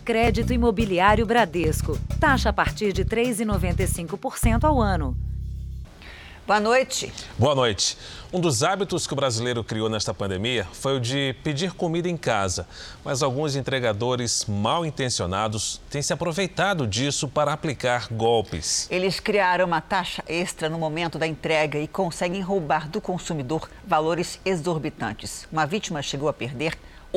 Crédito Imobiliário Bradesco. Taxa a partir de 3,95% ao ano. Boa noite. Boa noite. Um dos hábitos que o brasileiro criou nesta pandemia foi o de pedir comida em casa. Mas alguns entregadores mal intencionados têm se aproveitado disso para aplicar golpes. Eles criaram uma taxa extra no momento da entrega e conseguem roubar do consumidor valores exorbitantes. Uma vítima chegou a perder R$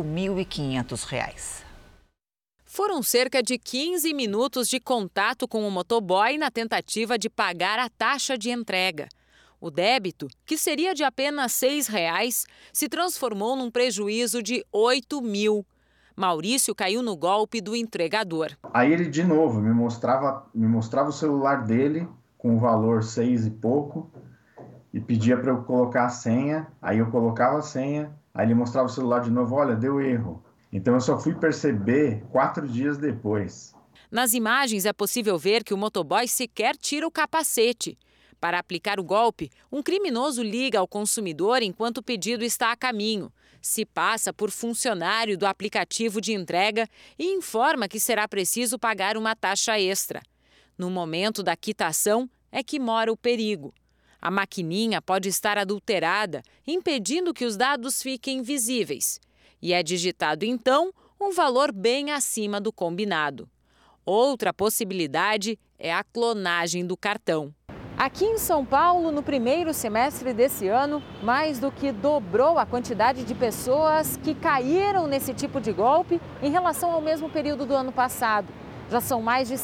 8.500. Foram cerca de 15 minutos de contato com o motoboy na tentativa de pagar a taxa de entrega. O débito, que seria de apenas R$ 6, se transformou num prejuízo de R$ 8.000. Maurício caiu no golpe do entregador. Aí ele, de novo, me mostrava o celular dele com o valor 6 e pouco e pedia para eu colocar a senha. Aí eu colocava a senha, aí ele mostrava o celular de novo, olha, deu erro. Então eu só fui perceber 4 dias depois. Nas imagens é possível ver que o motoboy sequer tira o capacete. Para aplicar o golpe, um criminoso liga ao consumidor enquanto o pedido está a caminho, se passa por funcionário do aplicativo de entrega e informa que será preciso pagar uma taxa extra. No momento da quitação é que mora o perigo. A maquininha pode estar adulterada, impedindo que os dados fiquem visíveis. E é digitado, então, um valor bem acima do combinado. Outra possibilidade é a clonagem do cartão. Aqui em São Paulo, no primeiro semestre desse ano, mais do que dobrou a quantidade de pessoas que caíram nesse tipo de golpe em relação ao mesmo período do ano passado. Já são mais de R$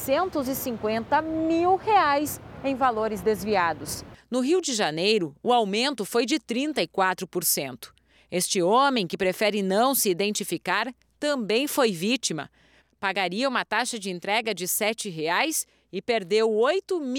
650 mil em valores desviados. No Rio de Janeiro, o aumento foi de 34%. Este homem, que prefere não se identificar, também foi vítima. Pagaria uma taxa de entrega de R$ 7 e perdeu R$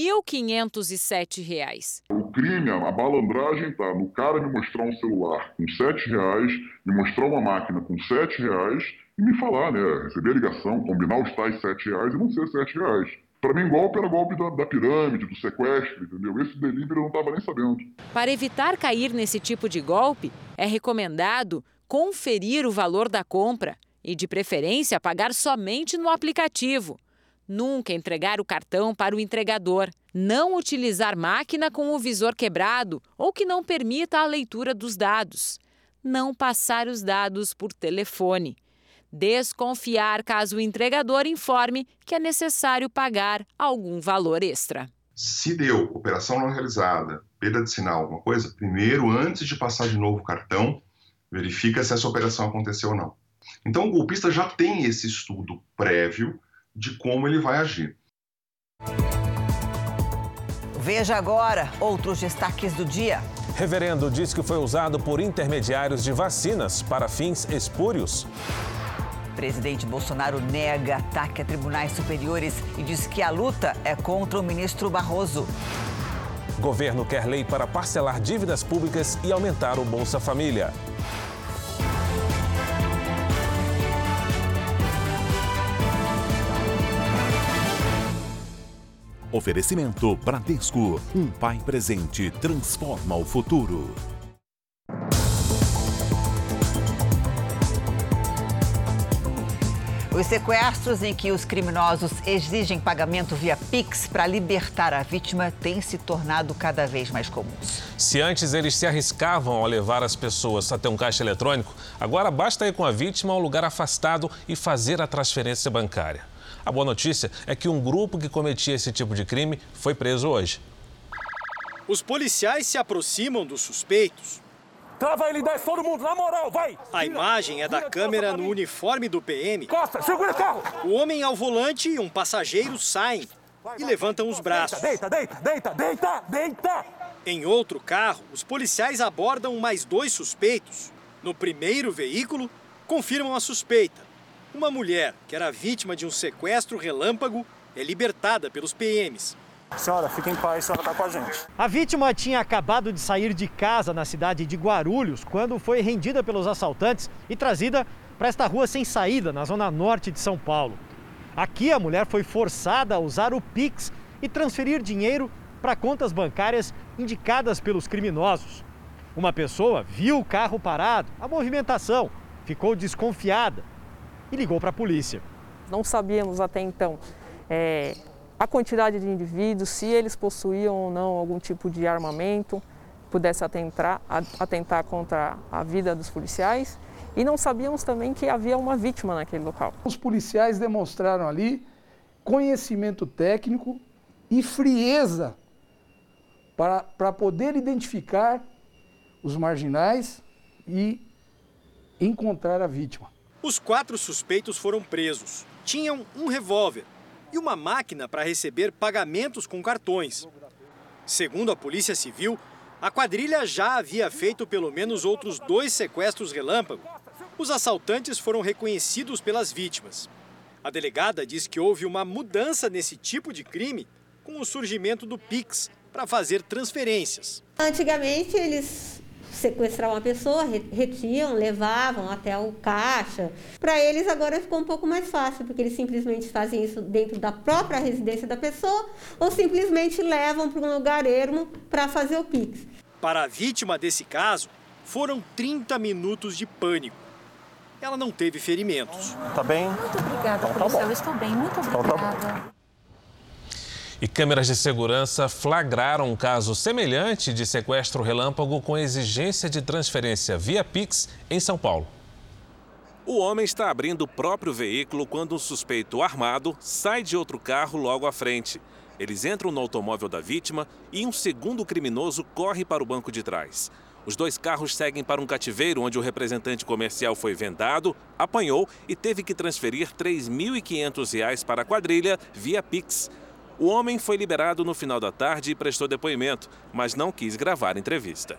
8.507. O crime, a malandragem está no cara me mostrar um celular com R$ 7, me mostrar uma máquina com R$ 7 e me falar, receber a ligação, combinar os tais R$ 7 e não ser R$ 7. Para mim, golpe era golpe da pirâmide, do sequestro, entendeu? Esse delivery eu não estava nem sabendo. Para evitar cair nesse tipo de golpe, é recomendado conferir o valor da compra e, de preferência, pagar somente no aplicativo. Nunca entregar o cartão para o entregador. Não utilizar máquina com o visor quebrado ou que não permita a leitura dos dados. Não passar os dados por telefone. Desconfiar caso o entregador informe que é necessário pagar algum valor extra. Se deu operação não realizada, perda de sinal, alguma coisa, primeiro, antes de passar de novo o cartão, verifica se essa operação aconteceu ou não. Então o golpista já tem esse estudo prévio de como ele vai agir. Veja agora outros destaques do dia. Reverendo diz que foi usado por intermediários de vacinas para fins espúrios. Presidente Bolsonaro nega ataque a tribunais superiores e diz que a luta é contra o ministro Barroso. Governo quer lei para parcelar dívidas públicas e aumentar o Bolsa Família. Oferecimento Bradesco. Um pai presente transforma o futuro. Os sequestros em que os criminosos exigem pagamento via Pix para libertar a vítima têm se tornado cada vez mais comuns. Se antes eles se arriscavam ao levar as pessoas até um caixa eletrônico, agora basta ir com a vítima a um lugar afastado e fazer a transferência bancária. A boa notícia é que um grupo que cometia esse tipo de crime foi preso hoje. Os policiais se aproximam dos suspeitos. Trava ele e desce todo mundo, na moral, vai! A imagem é da câmera no uniforme do PM. Costa, segura o carro! O homem ao volante e um passageiro saem e levantam os braços. Deita! Em outro carro, os policiais abordam mais 2 suspeitos. No primeiro veículo, confirmam a suspeita. Uma mulher, que era vítima de um sequestro relâmpago, é libertada pelos PMs. Senhora, fique em paz, a senhora está com a gente. A vítima tinha acabado de sair de casa na cidade de Guarulhos quando foi rendida pelos assaltantes e trazida para esta rua sem saída, na zona norte de São Paulo. Aqui a mulher foi forçada a usar o Pix e transferir dinheiro para contas bancárias indicadas pelos criminosos. Uma pessoa viu o carro parado, a movimentação, ficou desconfiada e ligou para a polícia. Não sabíamos até então a quantidade de indivíduos, se eles possuíam ou não algum tipo de armamento, pudesse atentar contra a vida dos policiais. E não sabíamos também que havia uma vítima naquele local. Os policiais demonstraram ali conhecimento técnico e frieza para poder identificar os marginais e encontrar a vítima. Os 4 suspeitos foram presos. Tinham um revólver e uma máquina para receber pagamentos com cartões. Segundo a Polícia Civil, a quadrilha já havia feito pelo menos outros 2 sequestros relâmpago. Os assaltantes foram reconhecidos pelas vítimas. A delegada diz que houve uma mudança nesse tipo de crime com o surgimento do Pix para fazer transferências. Antigamente eles sequestravam a pessoa, retiam, levavam até o caixa. Para eles agora ficou um pouco mais fácil, porque eles simplesmente fazem isso dentro da própria residência da pessoa ou simplesmente levam para um lugar ermo para fazer o Pix. Para a vítima desse caso, foram 30 minutos de pânico. Ela não teve ferimentos. Tá bem? Muito obrigada, policial. Eu estou bem, muito obrigada. E câmeras de segurança flagraram um caso semelhante de sequestro relâmpago com exigência de transferência via Pix em São Paulo. O homem está abrindo o próprio veículo quando um suspeito armado sai de outro carro logo à frente. Eles entram no automóvel da vítima e um segundo criminoso corre para o banco de trás. Os 2 carros seguem para um cativeiro onde o representante comercial foi vendado, apanhou e teve que transferir R$ 3.500 para a quadrilha via Pix. O homem foi liberado no final da tarde e prestou depoimento, mas não quis gravar a entrevista.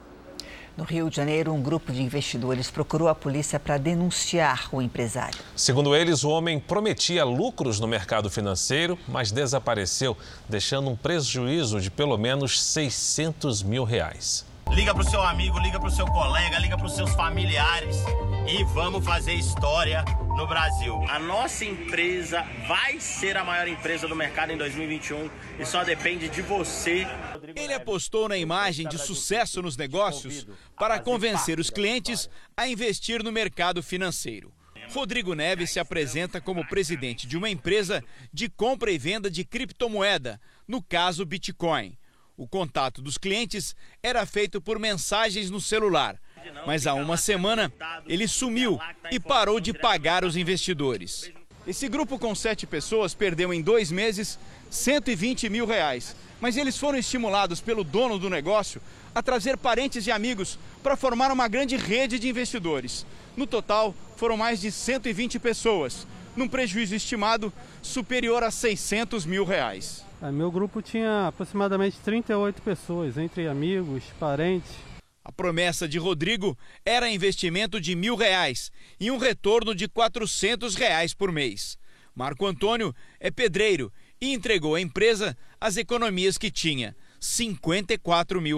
No Rio de Janeiro, um grupo de investidores procurou a polícia para denunciar o empresário. Segundo eles, o homem prometia lucros no mercado financeiro, mas desapareceu, deixando um prejuízo de pelo menos R$600 mil. Liga pro seu amigo, liga pro seu colega, liga pros seus familiares e vamos fazer história no Brasil. A nossa empresa vai ser a maior empresa do mercado em 2021 e só depende de você. Ele apostou na imagem de sucesso nos negócios para convencer os clientes a investir no mercado financeiro. Rodrigo Neves se apresenta como presidente de uma empresa de compra e venda de criptomoeda, no caso Bitcoin. O contato dos clientes era feito por mensagens no celular, mas há uma semana ele sumiu e parou de pagar os investidores. Esse grupo com 7 pessoas perdeu em 2 meses R$120 mil, mas eles foram estimulados pelo dono do negócio a trazer parentes e amigos para formar uma grande rede de investidores. No total, foram mais de 120 pessoas, num prejuízo estimado superior a R$600 mil. Meu grupo tinha aproximadamente 38 pessoas, entre amigos, parentes. A promessa de Rodrigo era investimento de R$1.000 e um retorno de R$400 por mês. Marco Antônio é pedreiro e entregou à empresa as economias que tinha, R$54 mil.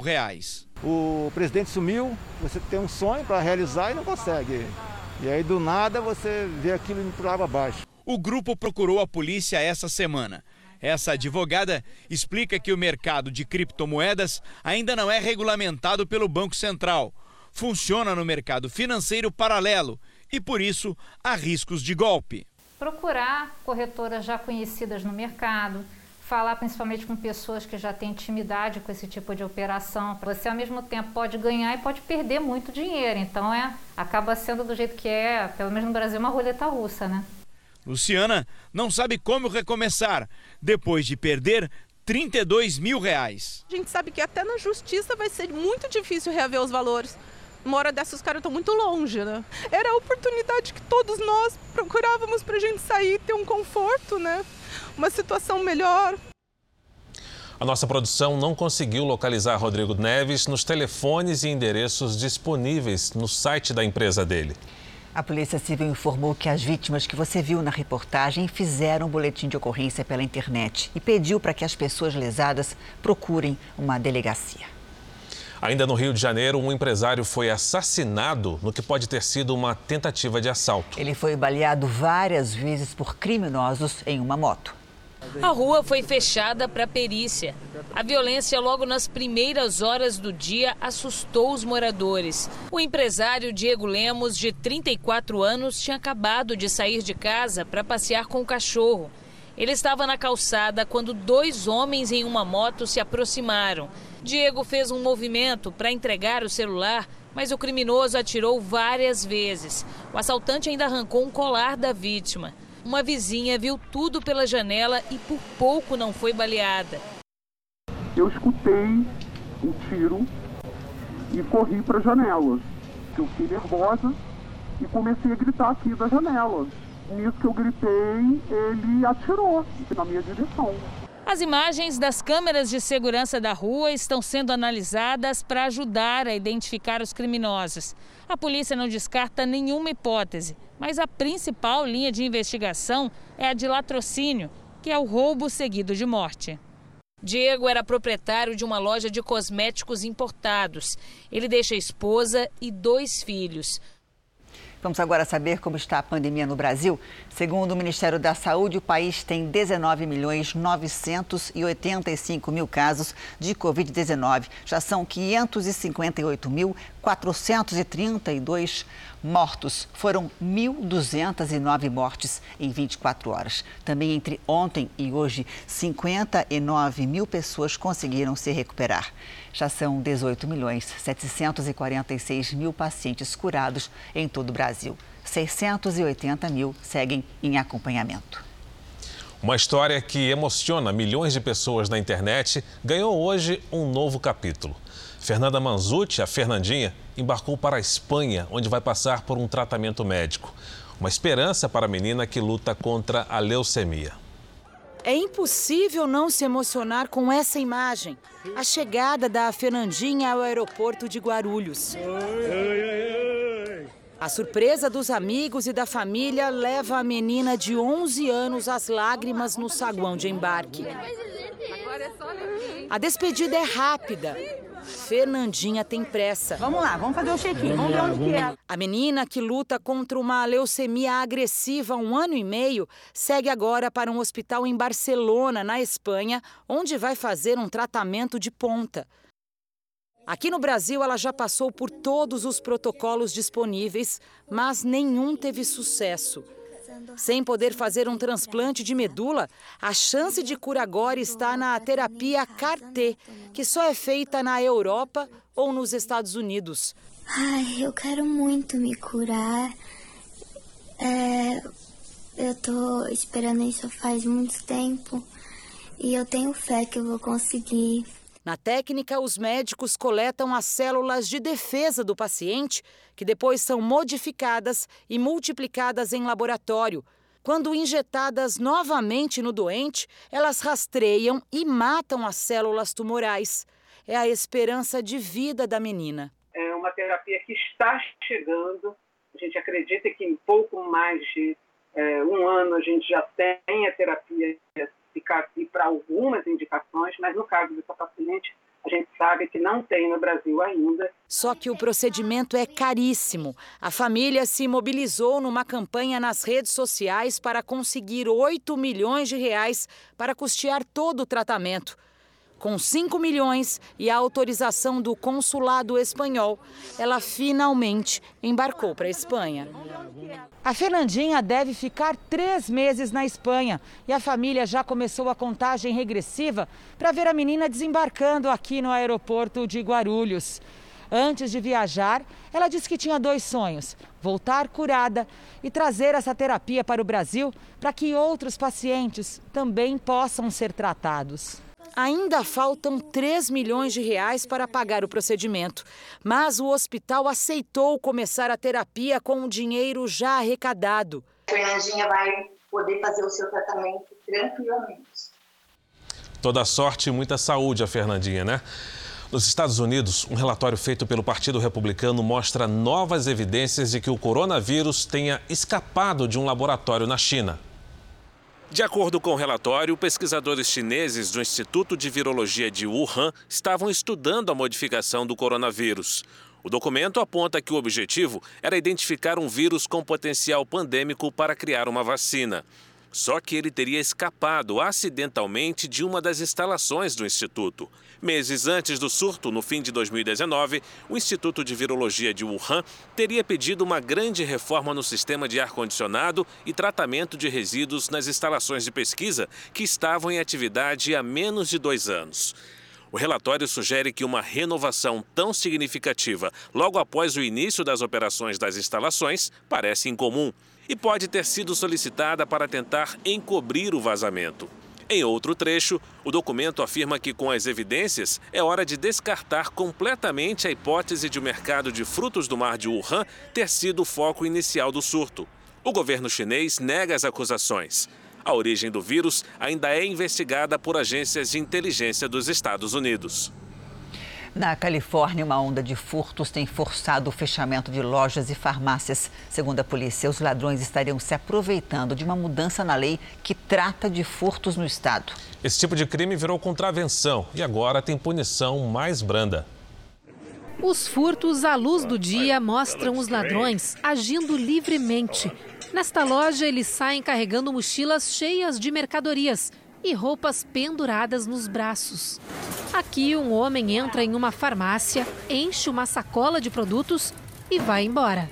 O presidente sumiu, você tem um sonho para realizar e não consegue. E aí do nada você vê aquilo indo por água abaixo. O grupo procurou a polícia essa semana. Essa advogada explica que o mercado de criptomoedas ainda não é regulamentado pelo Banco Central. Funciona no mercado financeiro paralelo e, por isso, há riscos de golpe. Procurar corretoras já conhecidas no mercado, falar principalmente com pessoas que já têm intimidade com esse tipo de operação. Você, ao mesmo tempo, pode ganhar e pode perder muito dinheiro. Então, acaba sendo do jeito que é, pelo menos no Brasil, uma roleta russa, né? Luciana não sabe como recomeçar depois de perder R$32 mil. A gente sabe que até na justiça vai ser muito difícil reaver os valores. Uma hora dessas os caras estão muito longe, né? Era a oportunidade que todos nós procurávamos pra gente sair e ter um conforto, né? Uma situação melhor. A nossa produção não conseguiu localizar Rodrigo Neves nos telefones e endereços disponíveis no site da empresa dele. A Polícia Civil informou que as vítimas que você viu na reportagem fizeram um boletim de ocorrência pela internet e pediu para que as pessoas lesadas procurem uma delegacia. Ainda no Rio de Janeiro, um empresário foi assassinado no que pode ter sido uma tentativa de assalto. Ele foi baleado várias vezes por criminosos em uma moto. A rua foi fechada para perícia. A violência logo nas primeiras horas do dia assustou os moradores. O empresário Diego Lemos, de 34 anos, tinha acabado de sair de casa para passear com o cachorro. Ele estava na calçada quando 2 homens em uma moto se aproximaram. Diego fez um movimento para entregar o celular, mas o criminoso atirou várias vezes. O assaltante ainda arrancou um colar da vítima. Uma vizinha viu tudo pela janela e por pouco não foi baleada. Eu escutei um tiro e corri para a janela. Eu fiquei nervosa e comecei a gritar aqui da janela. Nisso que eu gritei, ele atirou na minha direção. As imagens das câmeras de segurança da rua estão sendo analisadas para ajudar a identificar os criminosos. A polícia não descarta nenhuma hipótese, mas a principal linha de investigação é a de latrocínio, que é o roubo seguido de morte. Diego era proprietário de uma loja de cosméticos importados. Ele deixa a esposa e 2 filhos. Vamos agora saber como está a pandemia no Brasil. Segundo o Ministério da Saúde, o país tem 19.985.000 casos de Covid-19. Já são 558.432 mortos. Foram 1.209 mortes em 24 horas. Também entre ontem e hoje, 59 mil pessoas conseguiram se recuperar. Já são 18.746.000 pacientes curados em todo o Brasil. 680 mil seguem em acompanhamento. Uma história que emociona milhões de pessoas na internet ganhou hoje um novo capítulo. Fernanda Manzucci, a Fernandinha, embarcou para a Espanha, onde vai passar por um tratamento médico. Uma esperança para a menina que luta contra a leucemia. É impossível não se emocionar com essa imagem. A chegada da Fernandinha ao aeroporto de Guarulhos. A surpresa dos amigos e da família leva a menina de 11 anos às lágrimas no saguão de embarque. A despedida é rápida. Fernandinha tem pressa. Vamos lá, vamos fazer o check-in, vamos ver onde que é. A menina, que luta contra uma leucemia agressiva há 1 ano e meio, segue agora para um hospital em Barcelona, na Espanha, onde vai fazer um tratamento de ponta. Aqui no Brasil, ela já passou por todos os protocolos disponíveis, mas nenhum teve sucesso. Sem poder fazer um transplante de medula, a chance de cura agora está na terapia CAR-T, que só é feita na Europa ou nos Estados Unidos. Ai, eu quero muito me curar. Eu tô esperando isso faz muito tempo e eu tenho fé que eu vou conseguir. Na técnica, os médicos coletam as células de defesa do paciente, que depois são modificadas e multiplicadas em laboratório. Quando injetadas novamente no doente, elas rastreiam e matam as células tumorais. É a esperança de vida da menina. É uma terapia que está chegando. A gente acredita que em pouco mais de 1 ano a gente já tem a terapia para algumas indicações, mas no caso dessa paciente, a gente sabe que não tem no Brasil ainda. Só que o procedimento é caríssimo. A família se mobilizou numa campanha nas redes sociais para conseguir 8 milhões de reais para custear todo o tratamento. Com 5 milhões e a autorização do consulado espanhol, ela finalmente embarcou para a Espanha. A Fernandinha deve ficar 3 meses na Espanha e a família já começou a contagem regressiva para ver a menina desembarcando aqui no aeroporto de Guarulhos. Antes de viajar, ela disse que tinha 2 sonhos: voltar curada e trazer essa terapia para o Brasil para que outros pacientes também possam ser tratados. Ainda faltam 3 milhões de reais para pagar o procedimento, mas o hospital aceitou começar a terapia com o dinheiro já arrecadado. A Fernandinha vai poder fazer o seu tratamento tranquilamente. Toda sorte e muita saúde a Fernandinha, né? Nos Estados Unidos, um relatório feito pelo Partido Republicano mostra novas evidências de que o coronavírus tenha escapado de um laboratório na China. De acordo com o relatório, pesquisadores chineses do Instituto de Virologia de Wuhan estavam estudando a modificação do coronavírus. O documento aponta que o objetivo era identificar um vírus com potencial pandêmico para criar uma vacina. Só que ele teria escapado acidentalmente de uma das instalações do Instituto. Meses antes do surto, no fim de 2019, o Instituto de Virologia de Wuhan teria pedido uma grande reforma no sistema de ar-condicionado e tratamento de resíduos nas instalações de pesquisa que estavam em atividade há menos de 2 anos. O relatório sugere que uma renovação tão significativa logo após o início das operações das instalações parece incomum e pode ter sido solicitada para tentar encobrir o vazamento. Em outro trecho, o documento afirma que, com as evidências, é hora de descartar completamente a hipótese de o mercado de frutos do mar de Wuhan ter sido o foco inicial do surto. O governo chinês nega as acusações. A origem do vírus ainda é investigada por agências de inteligência dos Estados Unidos. Na Califórnia, uma onda de furtos tem forçado o fechamento de lojas e farmácias. Segundo a polícia, os ladrões estariam se aproveitando de uma mudança na lei que trata de furtos no estado. Esse tipo de crime virou contravenção e agora tem punição mais branda. Os furtos à luz do dia mostram os ladrões agindo livremente. Nesta loja, eles saem carregando mochilas cheias de mercadorias e roupas penduradas nos braços. Aqui, um homem entra em uma farmácia, enche uma sacola de produtos e vai embora.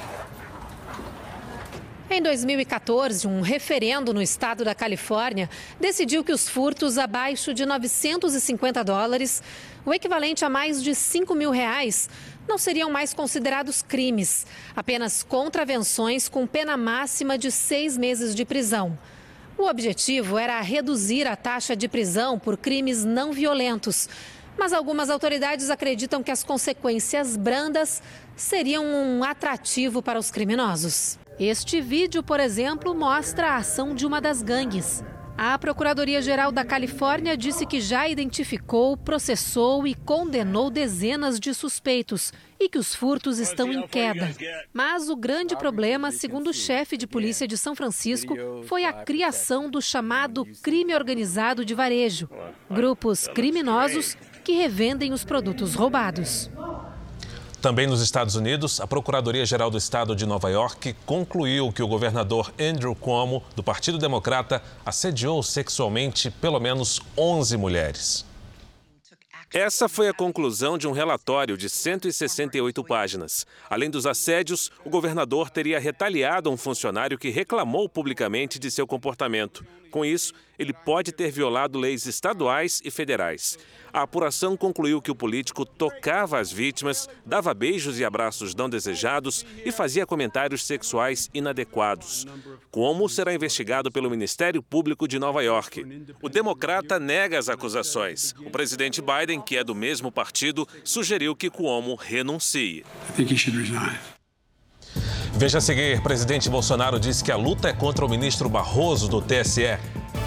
Em 2014, um referendo no estado da Califórnia decidiu que os furtos abaixo de $950, o equivalente a mais de R$5 mil, não seriam mais considerados crimes, apenas contravenções com pena máxima de 6 meses de prisão. O objetivo era reduzir a taxa de prisão por crimes não violentos, mas algumas autoridades acreditam que as consequências brandas seriam um atrativo para os criminosos. Este vídeo, por exemplo, mostra a ação de uma das gangues. A Procuradoria-Geral da Califórnia disse que já identificou, processou e condenou dezenas de suspeitos e que os furtos estão em queda. Mas o grande problema, segundo o chefe de polícia de São Francisco, foi a criação do chamado crime organizado de varejo. Grupos criminosos que revendem os produtos roubados. Também nos Estados Unidos, a Procuradoria-Geral do Estado de Nova York concluiu que o governador Andrew Cuomo, do Partido Democrata, assediou sexualmente pelo menos 11 mulheres. Essa foi a conclusão de um relatório de 168 páginas. Além dos assédios, o governador teria retaliado um funcionário que reclamou publicamente de seu comportamento. Com isso, ele pode ter violado leis estaduais e federais. A apuração concluiu que o político tocava as vítimas, dava beijos e abraços não desejados e fazia comentários sexuais inadequados. Cuomo será investigado pelo Ministério Público de Nova York. O democrata nega as acusações. O presidente Biden, que é do mesmo partido, sugeriu que Cuomo renuncie. Veja a seguir, presidente Bolsonaro disse que a luta é contra o ministro Barroso do TSE.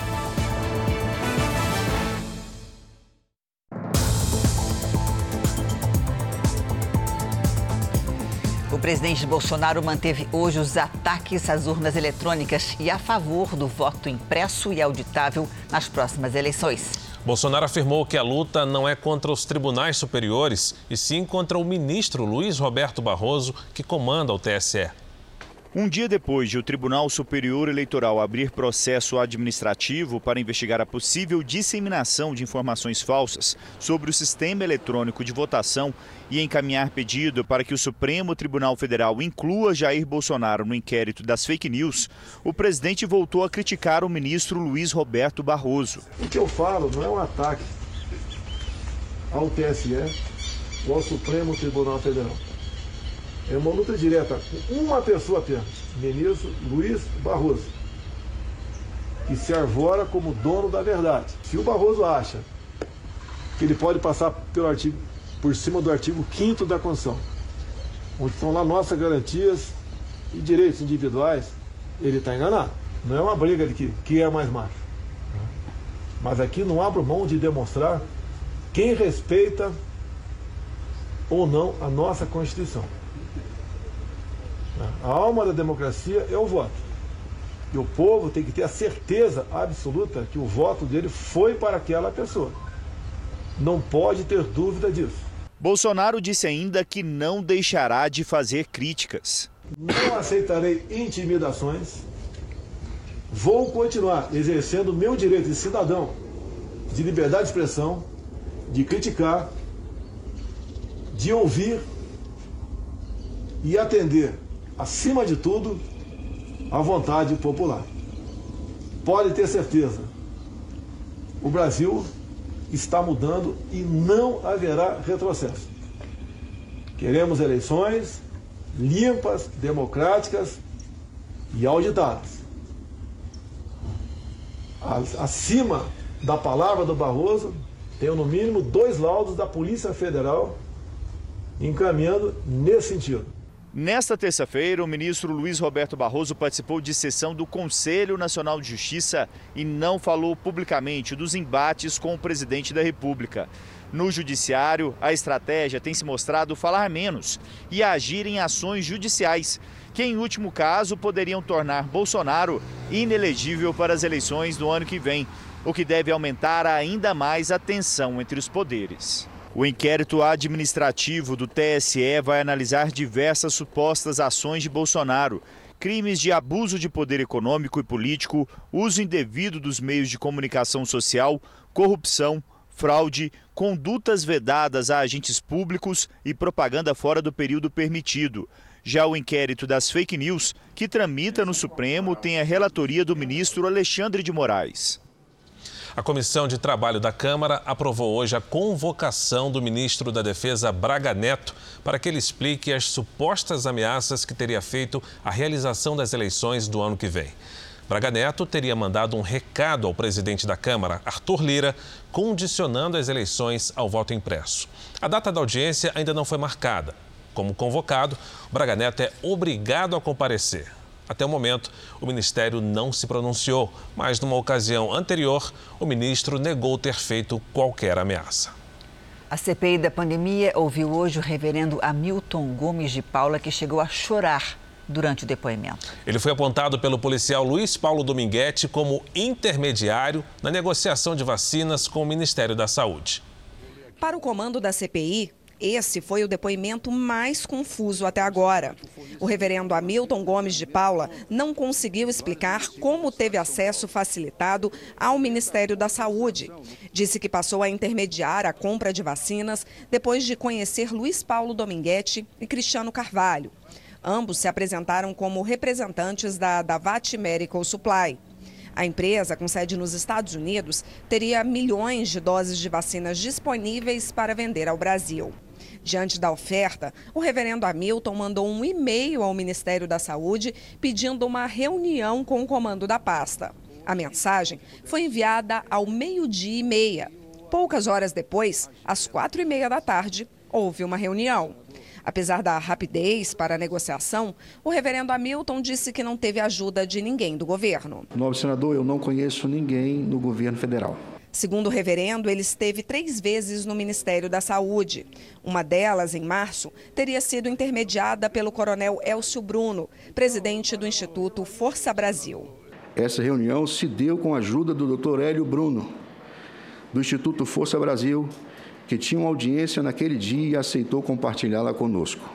O presidente Bolsonaro manteve hoje os ataques às urnas eletrônicas e a favor do voto impresso e auditável nas próximas eleições. Bolsonaro afirmou que a luta não é contra os tribunais superiores, e sim contra o ministro Luiz Roberto Barroso, que comanda o TSE. Um dia depois de o Tribunal Superior Eleitoral abrir processo administrativo para investigar a possível disseminação de informações falsas sobre o sistema eletrônico de votação e encaminhar pedido para que o Supremo Tribunal Federal inclua Jair Bolsonaro no inquérito das fake news, o presidente voltou a criticar o ministro Luiz Roberto Barroso. O que eu falo não é um ataque ao TSE ou ao Supremo Tribunal Federal. É uma luta direta com uma pessoa apenas, ministro Luiz Barroso, que se arvora como dono da verdade. Se o Barroso acha que ele pode passar por cima do artigo 5º da Constituição, onde estão lá nossas garantias e direitos individuais, ele está enganado. Não é uma briga de que é mais macho. Mas aqui não abro mão de demonstrar quem respeita ou não a nossa Constituição. A alma da democracia é o voto. E o povo tem que ter a certeza absoluta que o voto dele foi para aquela pessoa. Não pode ter dúvida disso. Bolsonaro disse ainda que não deixará de fazer críticas. Não aceitarei intimidações, Vou continuar exercendo o meu direito de cidadão, de liberdade de expressão, de criticar, de ouvir e atender, acima de tudo, à vontade popular. Pode ter certeza, o Brasil está mudando e não haverá retrocesso. Queremos eleições limpas, democráticas e auditadas. Acima da palavra do Barroso, tenho no mínimo 2 laudos da Polícia Federal encaminhando nesse sentido. Nesta terça-feira, o ministro Luiz Roberto Barroso participou de sessão do Conselho Nacional de Justiça e não falou publicamente dos embates com o presidente da República. No judiciário, a estratégia tem se mostrado falar menos e agir em ações judiciais, que em último caso poderiam tornar Bolsonaro inelegível para as eleições do ano que vem, o que deve aumentar ainda mais a tensão entre os poderes. O inquérito administrativo do TSE vai analisar diversas supostas ações de Bolsonaro, crimes de abuso de poder econômico e político, uso indevido dos meios de comunicação social, corrupção, fraude, condutas vedadas a agentes públicos e propaganda fora do período permitido. Já o inquérito das fake news, que tramita no Supremo, tem a relatoria do ministro Alexandre de Moraes. A Comissão de Trabalho da Câmara aprovou hoje a convocação do ministro da Defesa, Braga Neto, para que ele explique as supostas ameaças que teria feito à realização das eleições do ano que vem. Braga Neto teria mandado um recado ao presidente da Câmara, Arthur Lira, condicionando as eleições ao voto impresso. A data da audiência ainda não foi marcada. Como convocado, Braga Neto é obrigado a comparecer. Até o momento, o Ministério não se pronunciou, mas numa ocasião anterior, o ministro negou ter feito qualquer ameaça. A CPI da pandemia ouviu hoje o reverendo Hamilton Gomes de Paula, que chegou a chorar durante o depoimento. Ele foi apontado pelo policial Luiz Paulo Dominguete como intermediário na negociação de vacinas com o Ministério da Saúde. Para o comando da CPI, esse foi o depoimento mais confuso até agora. O reverendo Hamilton Gomes de Paula não conseguiu explicar como teve acesso facilitado ao Ministério da Saúde. Disse que passou a intermediar a compra de vacinas depois de conhecer Luiz Paulo Dominguete e Cristiano Carvalho. Ambos se apresentaram como representantes da Davat Medical Supply. A empresa, com sede nos Estados Unidos, teria milhões de doses de vacinas disponíveis para vender ao Brasil. Diante da oferta, o reverendo Hamilton mandou um e-mail ao Ministério da Saúde pedindo uma reunião com o comando da pasta. A mensagem foi enviada ao 12:30. Poucas horas depois, às 4:30 da tarde, houve uma reunião. Apesar da rapidez para a negociação, o reverendo Hamilton disse que não teve ajuda de ninguém do governo. Nobre senador, eu não conheço ninguém no governo federal. Segundo o reverendo, ele esteve 3 vezes no Ministério da Saúde. Uma delas, em março, teria sido intermediada pelo coronel Elcio Bruno, presidente do Instituto Força Brasil. Essa reunião se deu com a ajuda do Dr. Hélio Bruno, do Instituto Força Brasil, que tinha uma audiência naquele dia e aceitou compartilhá-la conosco.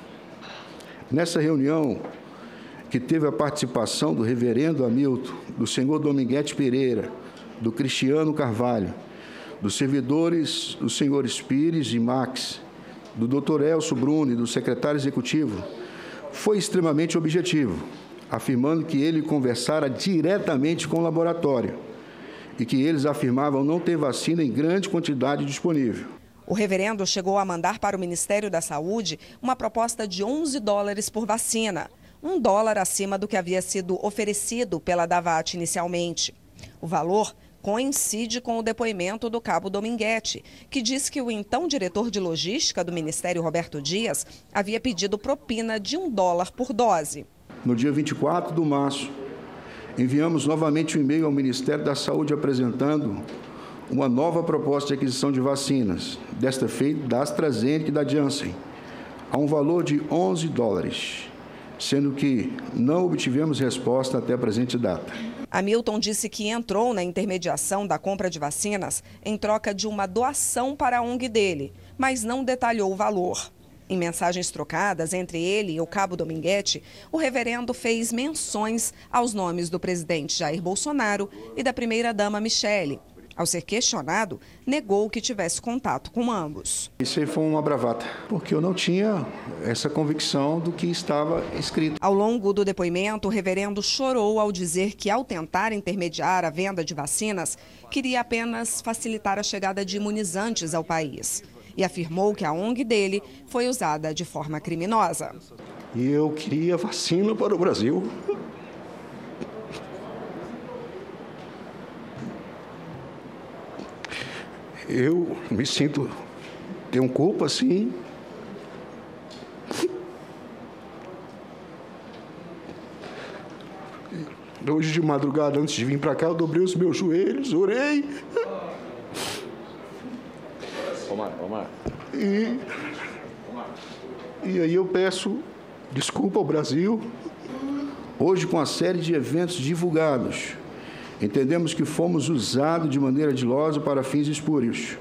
Nessa reunião, que teve a participação do reverendo Hamilton, do senhor Dominguete Pereira, do Cristiano Carvalho, dos servidores dos senhores Pires e Max, do Dr. Elcio Bruno e do secretário executivo, foi extremamente objetivo, afirmando que ele conversara diretamente com o laboratório e que eles afirmavam não ter vacina em grande quantidade disponível. O reverendo chegou a mandar para o Ministério da Saúde uma proposta de $11 por vacina, $1 acima do que havia sido oferecido pela Davat inicialmente. O valor coincide com o depoimento do cabo Dominguete, que diz que o então diretor de logística do Ministério, Roberto Dias, havia pedido propina de $1 por dose. No dia 24 de março, enviamos novamente um e-mail ao Ministério da Saúde apresentando uma nova proposta de aquisição de vacinas, desta feita da AstraZeneca e da Janssen, a um valor de $11, sendo que não obtivemos resposta até a presente data. Hamilton disse que entrou na intermediação da compra de vacinas em troca de uma doação para a ONG dele, mas não detalhou o valor. Em mensagens trocadas entre ele e o cabo Dominguete, o reverendo fez menções aos nomes do presidente Jair Bolsonaro e da primeira-dama Michele. Ao ser questionado, negou que tivesse contato com ambos. Isso aí foi uma bravata, porque eu não tinha essa convicção do que estava escrito. Ao longo do depoimento, o reverendo chorou ao dizer que, ao tentar intermediar a venda de vacinas, queria apenas facilitar a chegada de imunizantes ao país. E afirmou que a ONG dele foi usada de forma criminosa. E eu queria vacina para o Brasil. Eu me sinto, tenho culpa, sim. Hoje de madrugada, antes de vir para cá, eu dobrei os meus joelhos, orei. Omar. E aí eu peço desculpa ao Brasil. Hoje, com a série de eventos divulgados, entendemos que fomos usados de maneira dilosa para fins espúrios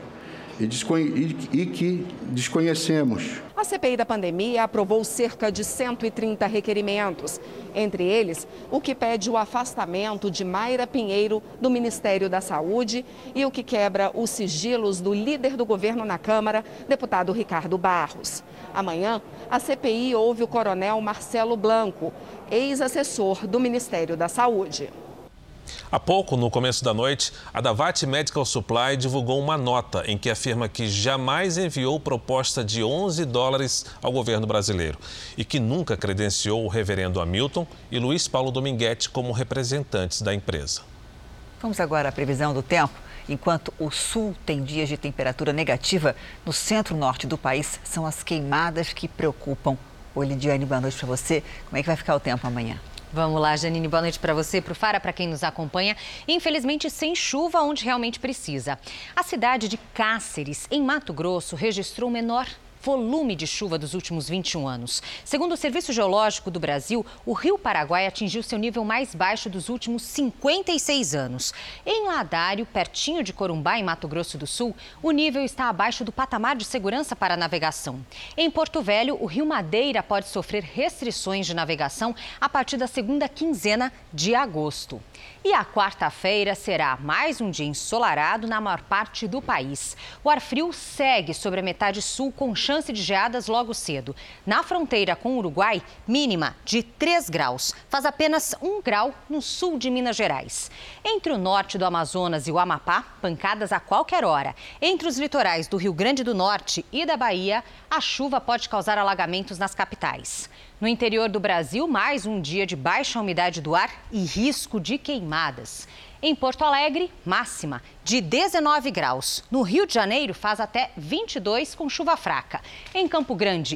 e que desconhecemos. A CPI da pandemia aprovou cerca de 130 requerimentos, entre eles o que pede o afastamento de Mayra Pinheiro do Ministério da Saúde e o que quebra os sigilos do líder do governo na Câmara, deputado Ricardo Barros. Amanhã, a CPI ouve o coronel Marcelo Blanco, ex-assessor do Ministério da Saúde. Há pouco, no começo da noite, a Davat Medical Supply divulgou uma nota em que afirma que jamais enviou proposta de $11 ao governo brasileiro e que nunca credenciou o reverendo Hamilton e Luiz Paulo Dominguete como representantes da empresa. Vamos agora à previsão do tempo. Enquanto o sul tem dias de temperatura negativa, no centro-norte do país são as queimadas que preocupam. Oi, Lidiane, boa noite para você. Como é que vai ficar o tempo amanhã? Vamos lá, Janine, boa noite para você, para o Fara, para quem nos acompanha. Infelizmente, sem chuva onde realmente precisa. A cidade de Cáceres, em Mato Grosso, registrou o menor volume de chuva dos últimos 21 anos. Segundo o Serviço Geológico do Brasil, o Rio Paraguai atingiu seu nível mais baixo dos últimos 56 anos. Em Ladário, pertinho de Corumbá, em Mato Grosso do Sul, o nível está abaixo do patamar de segurança para a navegação. Em Porto Velho, o Rio Madeira pode sofrer restrições de navegação a partir da segunda quinzena de agosto. E a quarta-feira será mais um dia ensolarado na maior parte do país. O ar frio segue sobre a metade sul com chance de geadas logo cedo. Na fronteira com o Uruguai, mínima de 3 graus. Faz apenas 1 grau no sul de Minas Gerais. Entre o norte do Amazonas e o Amapá, pancadas a qualquer hora. Entre os litorais do Rio Grande do Norte e da Bahia, a chuva pode causar alagamentos nas capitais. No interior do Brasil, mais um dia de baixa umidade do ar e risco de queimadas. Em Porto Alegre, máxima de 19 graus. No Rio de Janeiro, faz até 22 com chuva fraca. Em Campo Grande,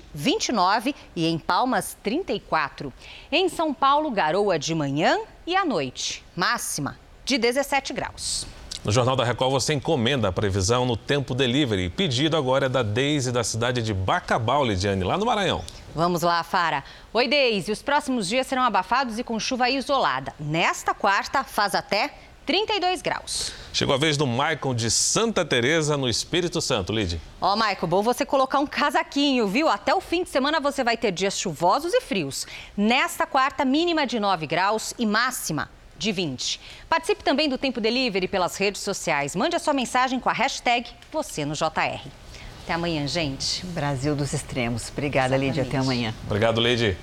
29 e em Palmas, 34. Em São Paulo, garoa de manhã e à noite. Máxima de 17 graus. No Jornal da Record você encomenda a previsão no Tempo Delivery. Pedido agora é da Deise, da cidade de Bacabal, Lidiane, lá no Maranhão. Vamos lá, Fara. Oi, Deise. Os próximos dias serão abafados e com chuva isolada. Nesta quarta, faz até 32 graus. Chegou a vez do Maicon de Santa Teresa, no Espírito Santo, Lid. Ó, Maicon, bom você colocar um casaquinho, viu? Até o fim de semana você vai ter dias chuvosos e frios. Nesta quarta, mínima de 9 graus e máxima de 20. Participe também do Tempo Delivery pelas redes sociais. Mande a sua mensagem com a hashtag #VocêNoJR. Até amanhã, gente. Brasil dos extremos. Obrigada, Lídia. Até amanhã. Obrigado, Lídia.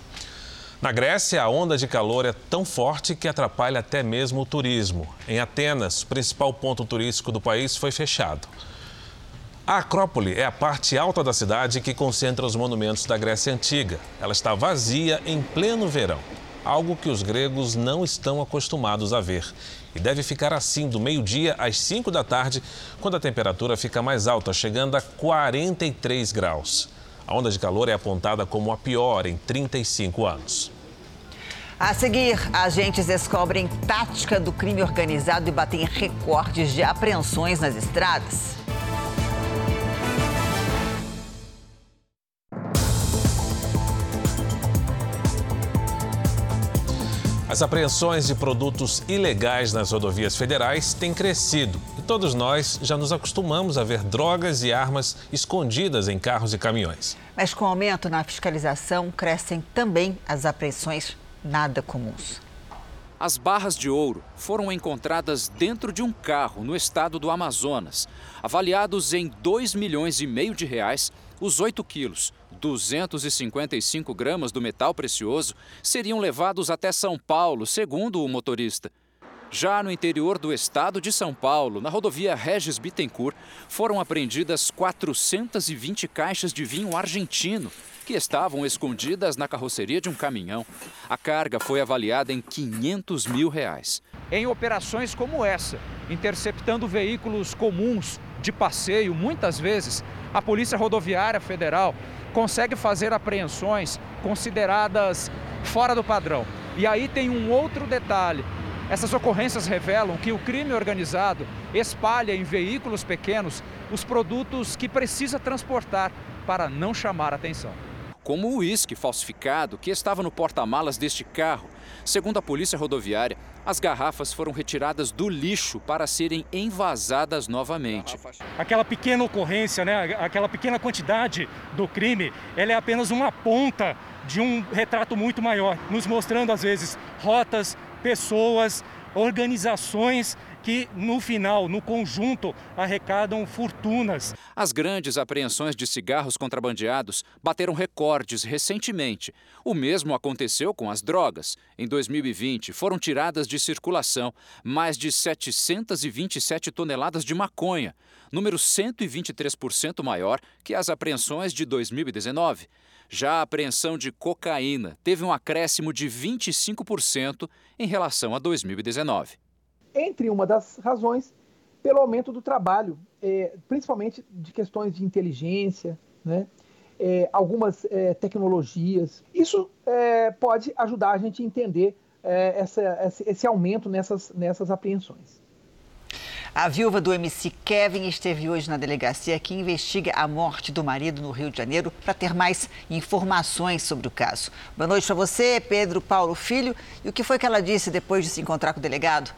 Na Grécia, a onda de calor é tão forte que atrapalha até mesmo o turismo. Em Atenas, o principal ponto turístico do país foi fechado. A Acrópole é a parte alta da cidade que concentra os monumentos da Grécia Antiga. Ela está vazia em pleno verão, algo que os gregos não estão acostumados a ver. E deve ficar assim do meio-dia às 5 da tarde, quando a temperatura fica mais alta, chegando a 43 graus. A onda de calor é apontada como a pior em 35 anos. A seguir, agentes descobrem tática do crime organizado e batem recordes de apreensões nas estradas. As apreensões de produtos ilegais nas rodovias federais têm crescido e todos nós já nos acostumamos a ver drogas e armas escondidas em carros e caminhões. Mas com o aumento na fiscalização, crescem também as apreensões nada comuns. As barras de ouro foram encontradas dentro de um carro no estado do Amazonas. Avaliados em R$2,5 milhões, os 8 quilos, 255 gramas do metal precioso, seriam levados até São Paulo, segundo o motorista. Já no interior do estado de São Paulo, na rodovia Regis Bittencourt, foram apreendidas 420 caixas de vinho argentino, que estavam escondidas na carroceria de um caminhão. A carga foi avaliada em R$500 mil. Em operações como essa, interceptando veículos comuns de passeio, muitas vezes, a Polícia Rodoviária Federal consegue fazer apreensões consideradas fora do padrão. E aí tem um outro detalhe. Essas ocorrências revelam que o crime organizado espalha em veículos pequenos os produtos que precisa transportar para não chamar atenção. Como o uísque falsificado que estava no porta-malas deste carro. Segundo a Polícia Rodoviária, as garrafas foram retiradas do lixo para serem envasadas novamente. Aquela pequena ocorrência, aquela pequena quantidade do crime, ela é apenas uma ponta de um retrato muito maior, nos mostrando às vezes rotas, pessoas, organizações que no final, no conjunto, arrecadam fortunas. As grandes apreensões de cigarros contrabandeados bateram recordes recentemente. O mesmo aconteceu com as drogas. Em 2020, foram tiradas de circulação mais de 727 toneladas de maconha, número 123% maior que as apreensões de 2019. Já a apreensão de cocaína teve um acréscimo de 25% em relação a 2019. Entre uma das razões, pelo aumento do trabalho, principalmente de questões de inteligência, algumas tecnologias. Isso pode ajudar a gente a entender esse aumento nessas apreensões. A viúva do MC Kevin esteve hoje na delegacia que investiga a morte do marido no Rio de Janeiro para ter mais informações sobre o caso. Boa noite para você, Pedro Paulo Filho. E o que foi que ela disse depois de se encontrar com o delegado?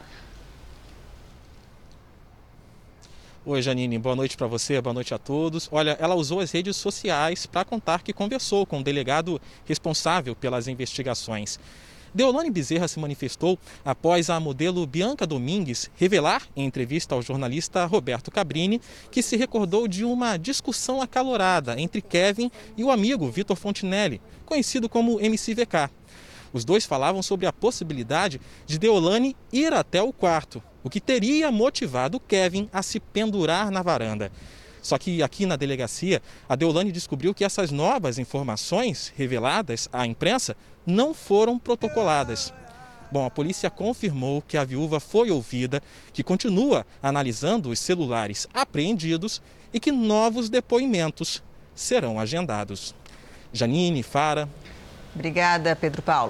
Oi, Janine, boa noite para você, boa noite a todos. Olha, ela usou as redes sociais para contar que conversou com o delegado responsável pelas investigações. Deolane Bezerra se manifestou após a modelo Bianca Domingues revelar, em entrevista ao jornalista Roberto Cabrini, que se recordou de uma discussão acalorada entre Kevin e o amigo Vitor Fontinelli, conhecido como MCVK. Os dois falavam sobre a possibilidade de Deolane ir até o quarto, o que teria motivado Kevin a se pendurar na varanda. Só que aqui na delegacia, a Deolane descobriu que essas novas informações reveladas à imprensa não foram protocoladas. Bom, a polícia confirmou que a viúva foi ouvida, que continua analisando os celulares apreendidos e que novos depoimentos serão agendados. Janine, Fara. Obrigada, Pedro Paulo.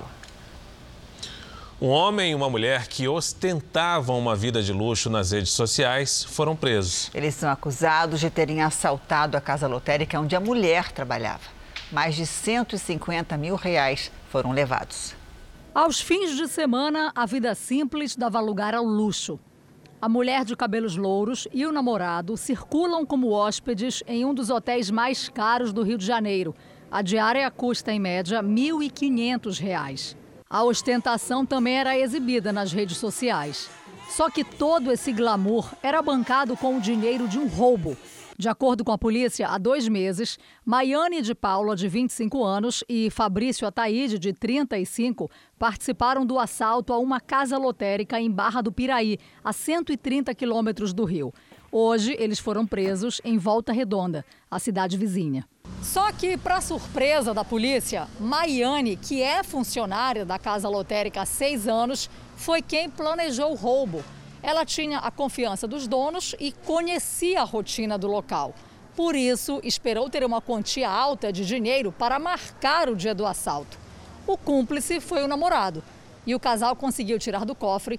Um homem e uma mulher que ostentavam uma vida de luxo nas redes sociais foram presos. Eles são acusados de terem assaltado a casa lotérica onde a mulher trabalhava. Mais de R$150 mil foram levados. Aos fins de semana, a vida simples dava lugar ao luxo. A mulher de cabelos louros e o namorado circulam como hóspedes em um dos hotéis mais caros do Rio de Janeiro. A diária custa, em média, R$ 1.500. A ostentação também era exibida nas redes sociais. Só que todo esse glamour era bancado com o dinheiro de um roubo. De acordo com a polícia, há 2 meses, Maiane de Paula, de 25 anos, e Fabrício Ataíde, de 35, participaram do assalto a uma casa lotérica em Barra do Piraí, a 130 quilômetros do Rio. Hoje, eles foram presos em Volta Redonda, a cidade vizinha. Só que, para surpresa da polícia, Maiane, que é funcionária da casa lotérica há 6 anos, foi quem planejou o roubo. Ela tinha a confiança dos donos e conhecia a rotina do local. Por isso, esperou ter uma quantia alta de dinheiro para marcar o dia do assalto. O cúmplice foi o namorado e o casal conseguiu tirar do cofre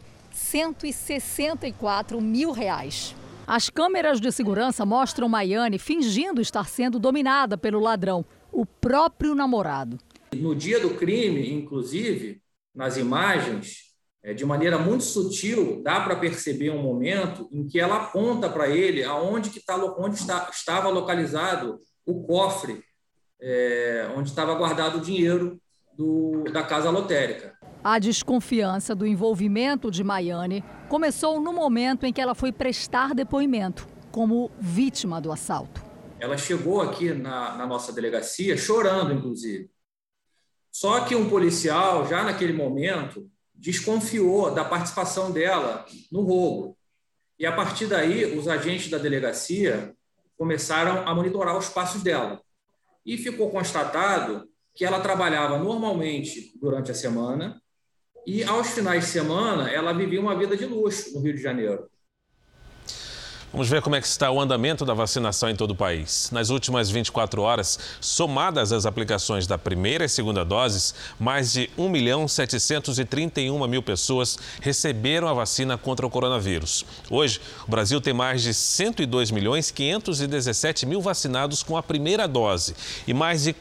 R$164 mil. As câmeras de segurança mostram Maiane fingindo estar sendo dominada pelo ladrão, o próprio namorado. No dia do crime, inclusive, nas imagens, de maneira muito sutil, dá para perceber um momento em que ela aponta para ele onde estava localizado o cofre onde estava guardado o dinheiro da casa lotérica. A desconfiança do envolvimento de Maiane começou no momento em que ela foi prestar depoimento como vítima do assalto. Ela chegou aqui na nossa delegacia chorando, inclusive. Só que um policial, já naquele momento, desconfiou da participação dela no roubo. E, a partir daí, os agentes da delegacia começaram a monitorar os passos dela. E ficou constatado que ela trabalhava normalmente durante a semana e, aos finais de semana, ela vivia uma vida de luxo no Rio de Janeiro. Vamos ver como é que está o andamento da vacinação em todo o país. Nas últimas 24 horas, somadas as aplicações da primeira e segunda doses, mais de 1.731.000 pessoas receberam a vacina contra o coronavírus. Hoje, o Brasil tem mais de 102.517.000 vacinados com a primeira dose e mais de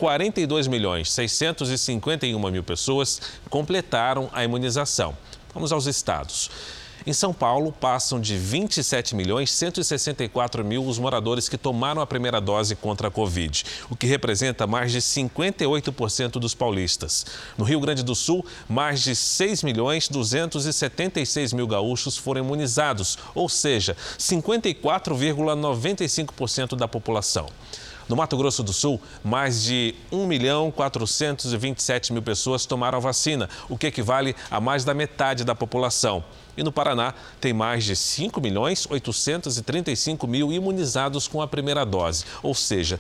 42.651.000 pessoas completaram a imunização. Vamos aos estados. Em São Paulo, passam de 27.164.000 os moradores que tomaram a primeira dose contra a Covid, o que representa mais de 58% dos paulistas. No Rio Grande do Sul, mais de 6.276.000 gaúchos foram imunizados, ou seja, 54,95% da população. No Mato Grosso do Sul, mais de 1.427.000 pessoas tomaram a vacina, o que equivale a mais da metade da população. E no Paraná, tem mais de 5.835.000 imunizados com a primeira dose, ou seja,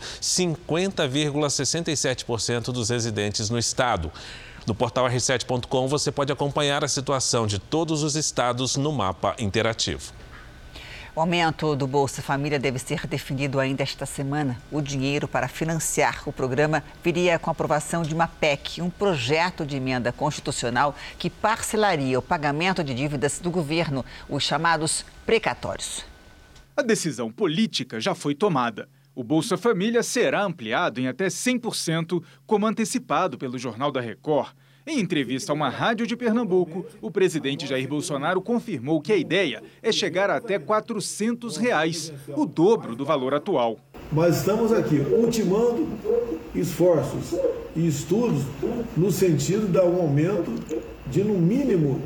50,67% dos residentes no estado. No portal r7.com você pode acompanhar a situação de todos os estados no mapa interativo. O aumento do Bolsa Família deve ser definido ainda esta semana. O dinheiro para financiar o programa viria com a aprovação de uma PEC, um projeto de emenda constitucional que parcelaria o pagamento de dívidas do governo, os chamados precatórios. A decisão política já foi tomada. O Bolsa Família será ampliado em até 100%, como antecipado pelo Jornal da Record. Em entrevista a uma rádio de Pernambuco, o presidente Jair Bolsonaro confirmou que a ideia é chegar a até R$ 400, o dobro do valor atual. Mas estamos aqui ultimando esforços e estudos no sentido de dar um aumento de, no mínimo,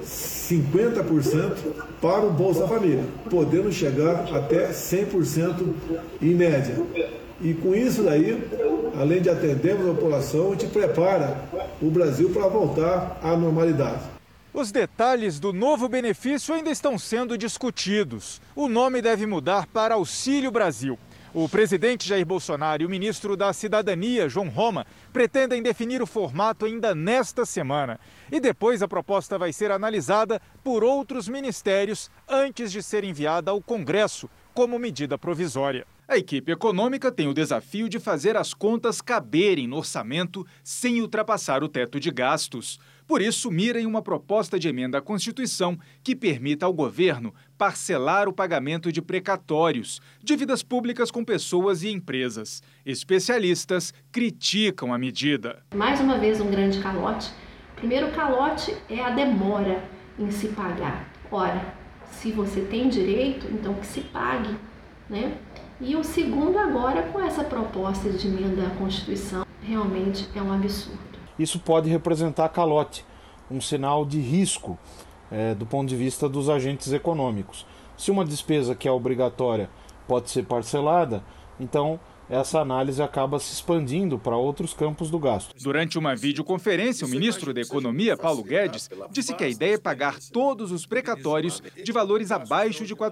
50% para o Bolsa Família, podendo chegar até 100% em média. E com isso daí, além de atendermos a população, a gente prepara o Brasil para voltar à normalidade. Os detalhes do novo benefício ainda estão sendo discutidos. O nome deve mudar para Auxílio Brasil. O presidente Jair Bolsonaro e o ministro da Cidadania, João Roma, pretendem definir o formato ainda nesta semana. E depois a proposta vai ser analisada por outros ministérios antes de ser enviada ao Congresso como medida provisória. A equipe econômica tem o desafio de fazer as contas caberem no orçamento sem ultrapassar o teto de gastos. Por isso, mira em uma proposta de emenda à Constituição que permita ao governo parcelar o pagamento de precatórios, dívidas públicas com pessoas e empresas. Especialistas criticam a medida. Mais uma vez, um grande calote. O primeiro calote é a demora em se pagar. Ora, se você tem direito, então que se pague, né? E o segundo agora, com essa proposta de emenda à Constituição, realmente é um absurdo. Isso pode representar calote, um sinal de risco do ponto de vista dos agentes econômicos. Se uma despesa que é obrigatória pode ser parcelada, então essa análise acaba se expandindo para outros campos do gasto. Durante uma videoconferência, o ministro da Economia, Paulo Guedes, disse que a ideia é pagar todos os precatórios de valores abaixo de R$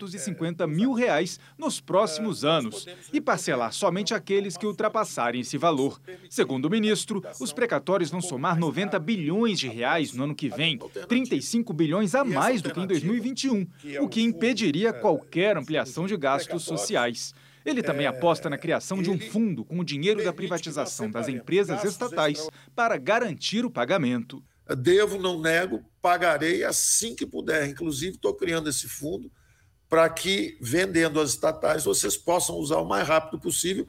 450 mil nos próximos anos e parcelar somente aqueles que ultrapassarem esse valor. Segundo o ministro, os precatórios vão somar 90 bilhões de reais no ano que vem, 35 bilhões a mais do que em 2021, o que impediria qualquer ampliação de gastos sociais. Ele também aposta na criação de um fundo com o dinheiro da privatização das empresas estatais para garantir o pagamento. Devo, não nego, pagarei assim que puder. Inclusive, estou criando esse fundo para que, vendendo as estatais, vocês possam usar o mais rápido possível.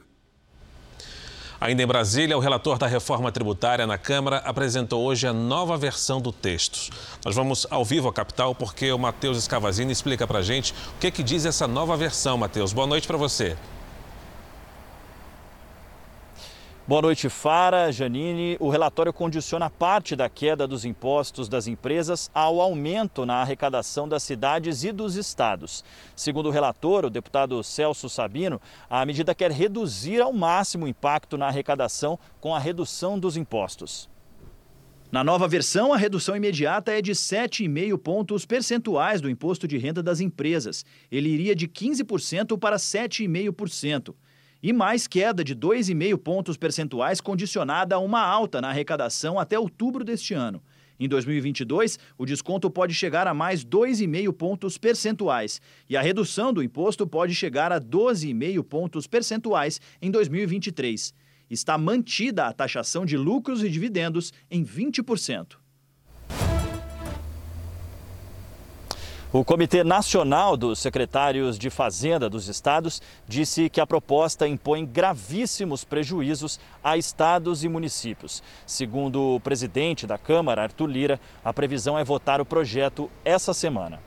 Ainda em Brasília, o relator da reforma tributária na Câmara apresentou hoje a nova versão do texto. Nós vamos ao vivo à capital porque o Matheus Escavazini explica para a gente o que diz essa nova versão. Matheus, boa noite para você. Boa noite, Fara, Janine. O relatório condiciona parte da queda dos impostos das empresas ao aumento na arrecadação das cidades e dos estados. Segundo o relator, o deputado Celso Sabino, a medida quer reduzir ao máximo o impacto na arrecadação com a redução dos impostos. Na nova versão, a redução imediata é de 7,5 pontos percentuais do imposto de renda das empresas. Ele iria de 15% para 7,5%. E mais queda de 2,5 pontos percentuais condicionada a uma alta na arrecadação até outubro deste ano. Em 2022, o desconto pode chegar a mais 2,5 pontos percentuais e a redução do imposto pode chegar a 12,5 pontos percentuais em 2023. Está mantida a taxação de lucros e dividendos em 20%. O Comitê Nacional dos Secretários de Fazenda dos Estados disse que a proposta impõe gravíssimos prejuízos a estados e municípios. Segundo o presidente da Câmara, Arthur Lira, a previsão é votar o projeto essa semana.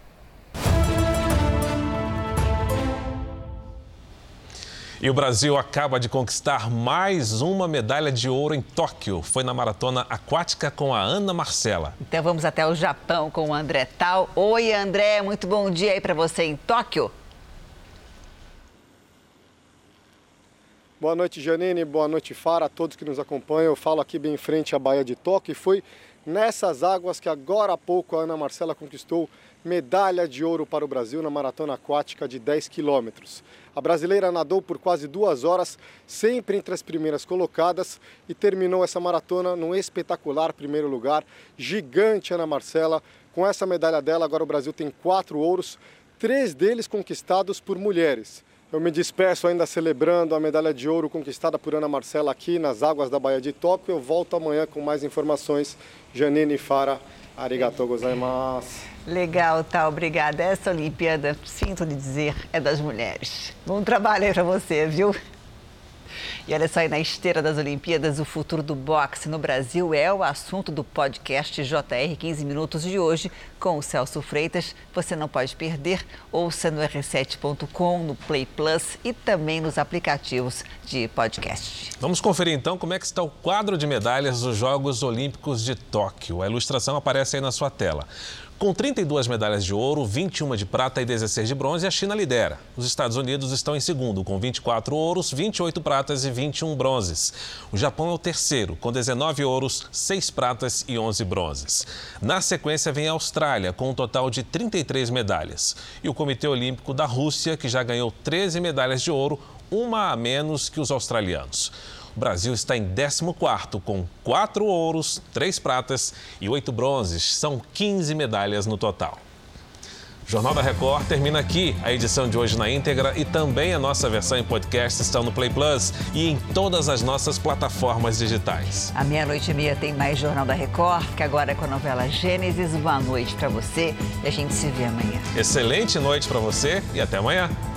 E o Brasil acaba de conquistar mais uma medalha de ouro em Tóquio. Foi na maratona aquática com a Ana Marcela. Então vamos até o Japão com o André Tal. Oi, André, muito bom dia aí para você em Tóquio. Boa noite, Janine. Boa noite, Fara, a todos que nos acompanham. Eu falo aqui bem em frente à Baía de Tóquio e foi nessas águas que agora há pouco a Ana Marcela conquistou medalha de ouro para o Brasil na maratona aquática de 10 quilômetros. A brasileira nadou por quase 2 horas, sempre entre as primeiras colocadas e terminou essa maratona num espetacular primeiro lugar. Gigante Ana Marcela. Com essa medalha dela, agora o Brasil tem 4 ouros, 3 deles conquistados por mulheres. Eu me despeço ainda celebrando a medalha de ouro conquistada por Ana Marcela aqui nas águas da Baía de Tóquio. Eu volto amanhã com mais informações. Janine, Fara, arigatou gozaimasu. Legal, tá, obrigada. Essa Olimpíada, sinto lhe dizer, é das mulheres. Bom trabalho aí pra você, viu? E olha só, aí na esteira das Olimpíadas, o futuro do boxe no Brasil é o assunto do podcast JR 15 Minutos de hoje com o Celso Freitas. Você não pode perder, ouça no r7.com, no Play Plus e também nos aplicativos de podcast. Vamos conferir então como é que está o quadro de medalhas dos Jogos Olímpicos de Tóquio. A ilustração aparece aí na sua tela. Com 32 medalhas de ouro, 21 de prata e 16 de bronze, a China lidera. Os Estados Unidos estão em segundo, com 24 ouros, 28 pratas e 21 bronzes. O Japão é o terceiro, com 19 ouros, 6 pratas e 11 bronzes. Na sequência vem a Austrália, com um total de 33 medalhas. E o Comitê Olímpico da Rússia, que já ganhou 13 medalhas de ouro, uma a menos que os australianos. O Brasil está em 14º, com 4 ouros, 3 pratas e 8 bronzes. São 15 medalhas no total. O Jornal da Record termina aqui. A edição de hoje na íntegra e também a nossa versão em podcast estão no Play Plus e em todas as nossas plataformas digitais. À 00:30 tem mais Jornal da Record, que agora é com a novela Gênesis. Boa noite para você e a gente se vê amanhã. Excelente noite para você e até amanhã.